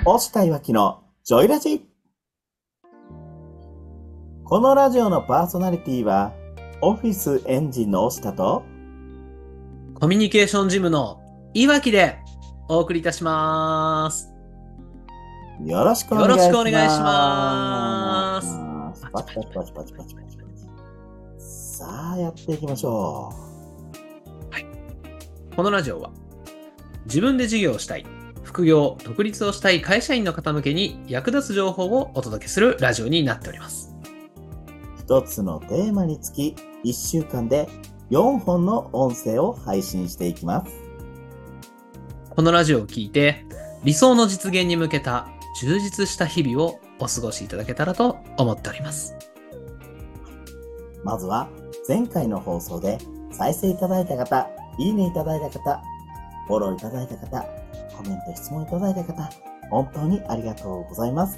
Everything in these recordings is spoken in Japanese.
押したいわきのジョイラジ。このラジオのパーソナリティはオフィスエンジンの押したとコミュニケーションジムのいわきでお送りいたします。 よろしくおよろ願いししくお願いしまます。 す。パチパチパチパチパチパチパチ。さあやっていきましょこのラジオは自分で事業をしたい、副業、独立をしたい会社員の方向けに役立つ情報をお届けするラジオになっております。 う。一つのテーマにつき1週間で4本の音声を配信していきます。 このラジオを聞いて理想の実現に向けた充実した日々をお過ごしいただけたらと思っております。 まずは前回の放送で再生いただいた方、いいねいただいた方、フォローいただいた方、コメント質問いただいた方、本当にありがとうございます。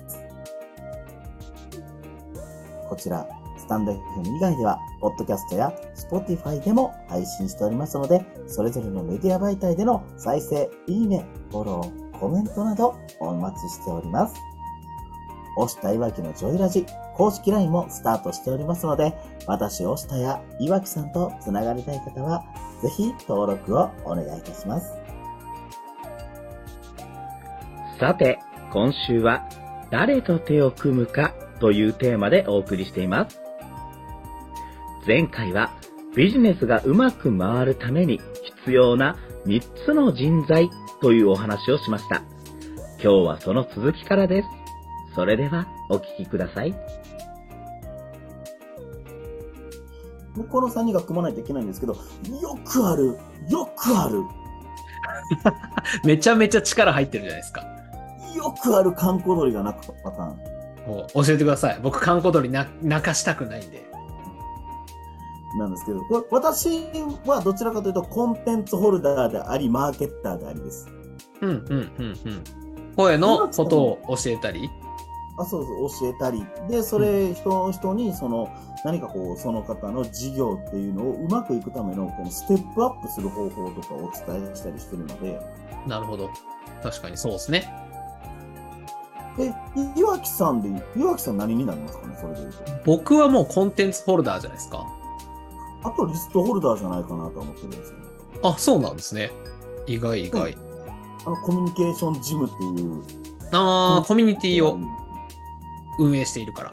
こちらスタンド FM 以外ではポッドキャストや Spotify でも配信しておりますので、それぞれのメディア媒体での再生、いいね、フォロー、コメントなどお待ちしております。押したいわきのジョイラジ公式 LINE もスタートしておりますので、私押したやいわきさんとつながりたい方はぜひ登録をお願いいたします。 さて、今週は誰と手を組むかというテーマでお送りしています。前回はビジネスがうまく回るために必要な3つの人材というお話をしました。今日はその続きからです。それではお聞きください。 この3人が組まないといけないんですけど、よくあるめちゃめちゃ力入ってるじゃないですか。 よくある観光鳥が鳴くパターンもう教えてください。僕、観光鳥泣かしたくないんで。 なんですけど、私はどちらかというとコンテンツホルダーであり、マーケッターでありです。 声のことを教えたり。 そう教えたり。で、それ、人に、何かこう、その方の事業っていうのをうまくいくための、このステップアップする方法とかをお伝えしたりしてるので。 なるほど。確かにそうですね。 岩木さん何になりますかね、それで言うと。 僕はもうコンテンツホルダーじゃないですか。 あとリストホルダーじゃないかなと思ってるんですよね。 あ、そうなんですね。意外。 コミュニケーションジムっていう。 コミュニティを運営しているから。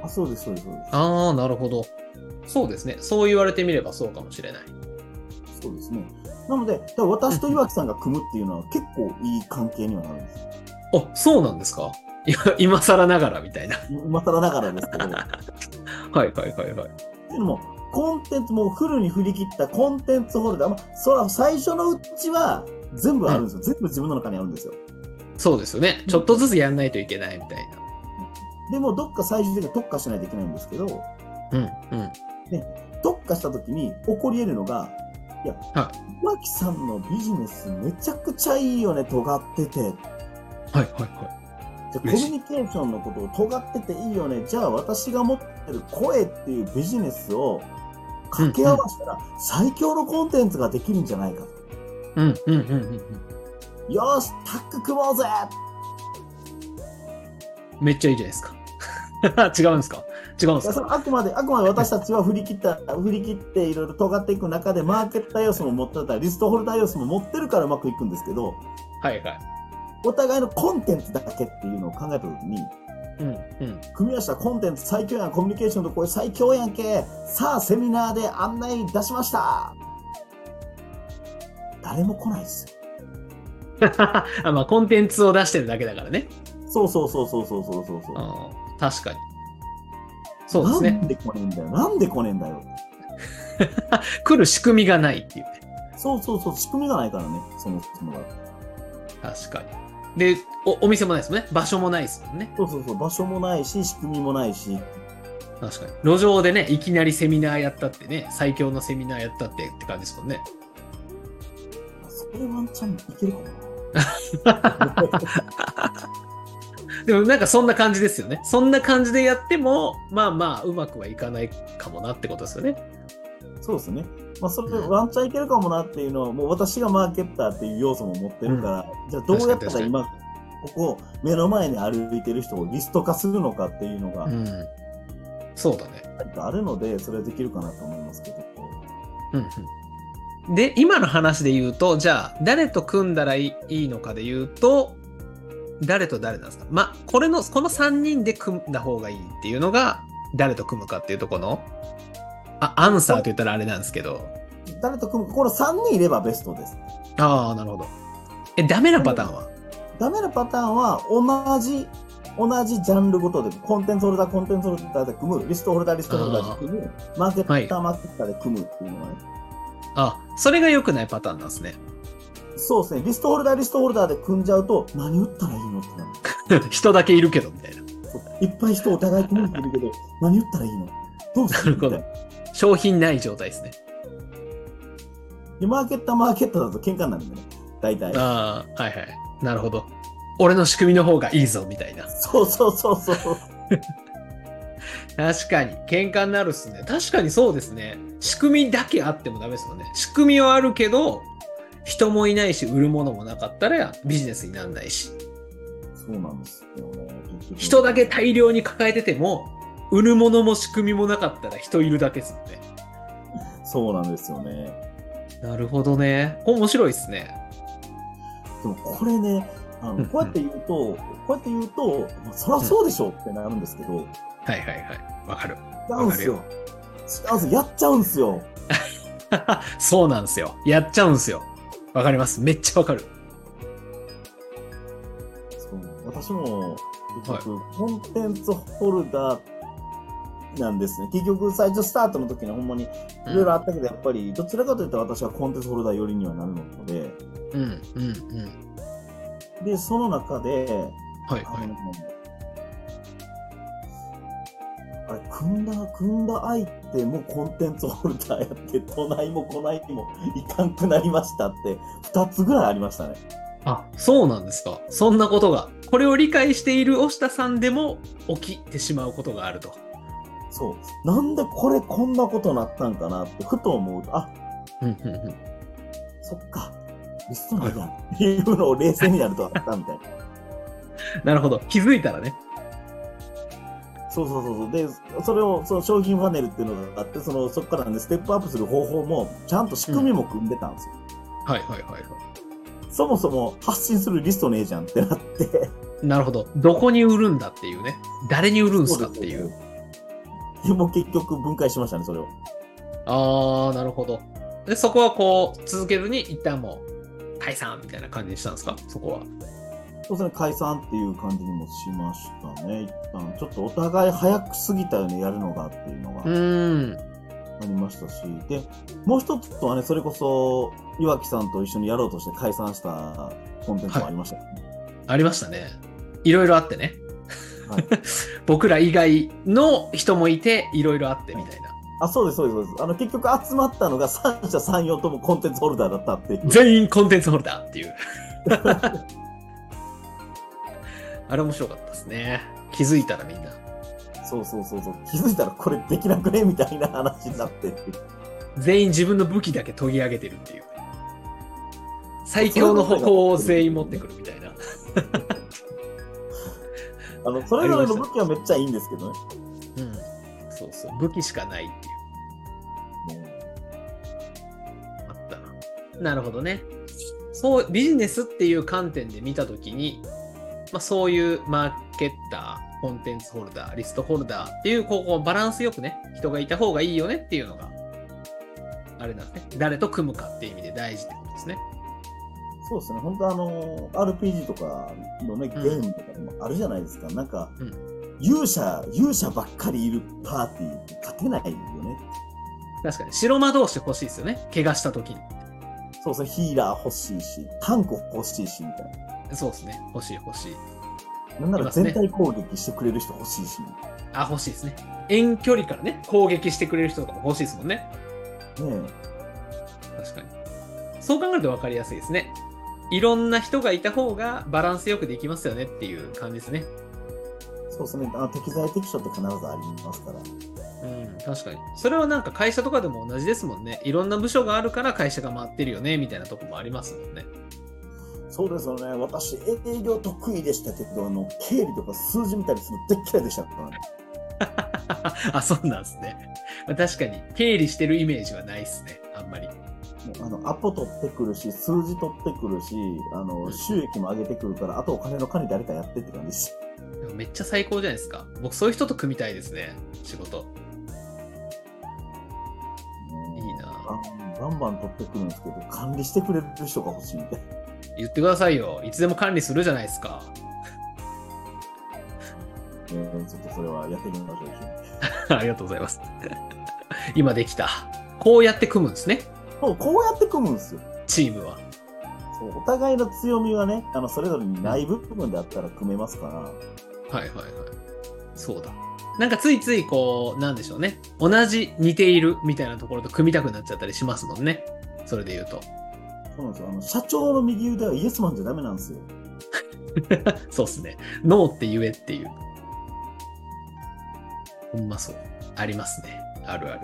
そうです。 なるほど。そうですね。そう言われてみればそうかもしれない。 そうですね。なので、私と岩木さんが組むっていうのは結構いい関係にはなるんですよ。 あ、そうなんですか。今更ながらみたいな。 今更ながらですけど。 はい。 っていうのも、コンテンツもフルに振り切ったコンテンツホルダー。それは最初のうちは全部あるんですよ。全部自分の中にあるんですよ。 そうですよね。ちょっとずつやんないといけないみたいな。 でも、どっか最終的に特化しないといけないんですけど、で特化した時に起こり得るのが、岩木さんのビジネスめちゃくちゃいいよね、尖ってて。じゃあコミュニケーションのことを尖ってていいよね。じゃあ私が持ってる声っていうビジネスを掛け合わせたら最強のコンテンツができるんじゃないかと。よし、タッグ組もうぜ。 めっちゃいいじゃないですか。違うんですか。 あくまで私たちは振り切っていろいろ尖っていく中でマーケッター要素も持ってたり、リストホルダー要素も持ってるからうまくいくんですけど、お互いのコンテンツだけっていうのを考えたときに、組み合わせたコンテンツ最強やん、コミュニケーションとこれ最強やんけ、さあセミナーで案内出しました。誰も来ないですよ。 コンテンツを出してるだけだからね。 そう。 確かに。そうですね。 なんで来ねえんだよ。 来る仕組みがないっていうね。 そう、仕組みがないからね、その確かに。で、お店もないですもんね。場所もないですもんね。 そう、場所もないし、仕組みもないし。 確かに。路上でね、いきなりセミナーやったってね、最強のセミナーやったって感じですもんね。 それワンチャンいけるかもな。 でもなんかそんな感じですよね。そんな感じでやっても、うまくはいかないかもなってことですよね。 そうですね。それワンチャンいけるかもなっていうのは、もう私がマーケッターっていう要素も持ってるから、じゃあどうやったらここ目の前に歩いてる人をリスト化するのかっていうのが、 そうだね。 あるので、それはできるかなと思いますけど。 で、今の話で言うと、じゃあ、誰と組んだらいいのかで言うと、誰と誰なんですか？この3人で組んだ方がいいっていうのが、誰と組むかっていうとこの、アンサーと言ったらあれなんですけど。 誰と組むか、この3人いればベストです。 ああ、なるほど。ダメなパターンは？ ダメなパターンは、同じジャンルごとで、コンテンツホルダーで組む、リストホルダーで組む、マーケッターで組むっていうのはね。 それが良くないパターンなんですね。 そうですね。リストホルダーで組んじゃうと、何打ったらいいのってなる。 人だけいるけど、みたいな。 いっぱい人お互い組んでいるけど、何打ったらいいの？どうする？なるほど。 商品ない状態ですね。 で、マーケッターだと喧嘩になるんだね。大体。 はいはい。なるほど。俺の仕組みの方がいいぞ、みたいな。 そう。 確かに、喧嘩になるっすね。確かにそうですね。仕組みだけあってもダメですよね。仕組みはあるけど、人もいないし、売るものもなかったらビジネスにならないし。 そうなんですよね。 人だけ大量に抱えてても、売るものも仕組みもなかったら人いるだけですもんね。そうなんですよね。 なるほどね。面白いですね。 でもこれね、こうやって言うと、そりゃそうでしょってなるんですけど。 はい。わかる。 違うんですよ。やっちゃうんですよ。 そうなんですよ。やっちゃうんですよ。わかります。めっちゃわかる。 そう。私も、結局、コンテンツホルダーなんですね。結局、最初スタートの時にほんまにいろいろあったけど、やっぱり、どちらかというと私はコンテンツホルダー寄りにはなるので、で、その中で、組んだ相手もコンテンツホルダーやって、都内も来ないもいかんくなりましたって、2つぐらいありましたね。 そうなんですか。そんなことが。これを理解している押田さんでも起きてしまうことがあると。 そう。なんでこんなことなったんかなって、ふと思うと、そっか。リストなんだっていうのを冷静になるとあったみたいな。 なるほど。気づいたらね。 そう。で、その商品パネルっていうのがあって、そこからね、ステップアップする方法も、ちゃんと仕組みも組んでたんですよ。そもそも発信するリストねえじゃんってなって。 なるほど。どこに売るんだっていうね。誰に売るんすかっていう。 でも結局分解しましたね、それを。 なるほど。で、そこはこう、続けずに一旦もう、解散みたいな感じにしたんですか？そこは。 そうですね、解散っていう感じにもしましたね。一旦、ちょっとお互い早く過ぎたよね、やるのがっていうのがありましたし、で、もう一つとはね、それこそ、岩木さんと一緒にやろうとして解散したコンテンツもありましたね。 ありましたね。いろいろあってね。僕ら以外の人もいて、いろいろあってみたいな。 そうです。結局集まったのが三者三様ともコンテンツホルダーだったっていう。 全員コンテンツホルダーっていう。あれ面白かったですね。気づいたらみんな。 そう。気づいたらこれできなくねみたいな話になって全員自分の武器だけ研ぎ上げてるっていう。最強の矛を全員持ってくるみたいな。 それぞれの武器はめっちゃいいんですけどね。 そう。武器しかないっていう。あったな。なるほどね。そう、ビジネスっていう観点で見たときに、そういうマーケッター、コンテンツホルダー、リストホルダーっていう、こうバランスよくね、人がいた方がいいよねっていうのが、あれなんですね。誰と組むかっていう意味で大事ってことですね。 そうですね。本当RPG とかのね、ゲームとかでもあるじゃないですか。なんか、勇者ばっかりいるパーティーって勝てないよね。 確かに。白魔同士欲しいですよね。怪我した時に。 そう、ヒーラー欲しいし、タンク欲しいし、みたいな。 そうですね。欲しい。 なんなら全体攻撃してくれる人欲しいし。 欲しいですね。遠距離からね、攻撃してくれる人とかも欲しいですもんね。 ねえ。確かに。そう考えると分かりやすいですね。いろんな人がいた方がバランスよくできますよねっていう感じですね。 そうですね。適材適所って必ずありますから。 確かに。それはなんか会社とかでも同じですもんね。いろんな部署があるから会社が回ってるよね、みたいなとこもありますもんね。 そうですよね。私、営業得意でしたけど、経理とか数字見たりするのでっ嫌いでしたからね。 あ、そうなんですね。確かに、経理してるイメージはないですね、あんまり。 アポ取ってくるし、数字取ってくるし、収益も上げてくるから、あとお金の管理誰かやってって感じです。 めっちゃ最高じゃないですか。僕、そういう人と組みたいですね、仕事。いいなバンバン取ってくるんですけど、管理してくれる人が欲しいみたいな。 言ってくださいよ。いつでも管理するじゃないですか。 ちょっとそれはやってみましょう。 ありがとうございます。今できた。こうやって組むんですね。 こうやって組むんですよ。 チームは。 そう、お互いの強みはね、それぞれにない部分であったら組めますから。はいはいはい。そうだ。なんかついついこう、なんでしょうね。同じ似ているみたいなところと組みたくなっちゃったりしますもんね。それで言うと。 そうなんですよ。社長の右腕はイエスマンじゃダメなんですよ。 そうっすね。ノーって言えっていう。ほんまそう。ありますね。あるある。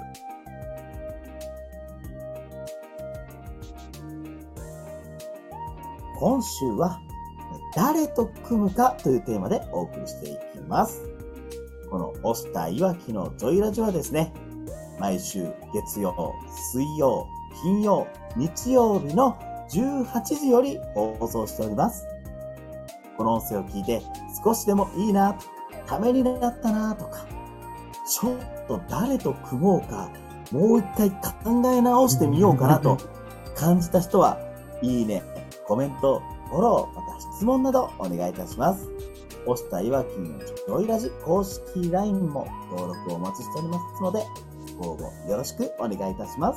今週は誰と組むかというテーマでお送りしていきます。この押したいわきのジョイラジはですね、毎週月曜、水曜、金曜、日曜日の18時より放送しております。この音声を聞いて少しでもいいな、ためになったなとか、ちょっと誰と組もうか、もう一回考え直してみようかなと感じた人は、いいね、コメント、フォロー、また質問などお願いいたします。押したいわきのジョイラジ公式 LINE も登録をお待ちしておりますので、ご応募よろしくお願いいたします。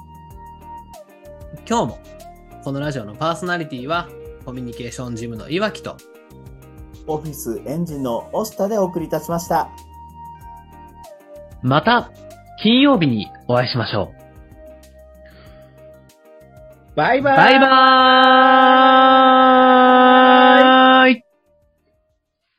今日もこのラジオのパーソナリティはコミュニケーションジムのいわきとオフィスエンジンの押したでお送りいたしました。 また金曜日にお会いしましょう。バイバーイ。バイバーイ。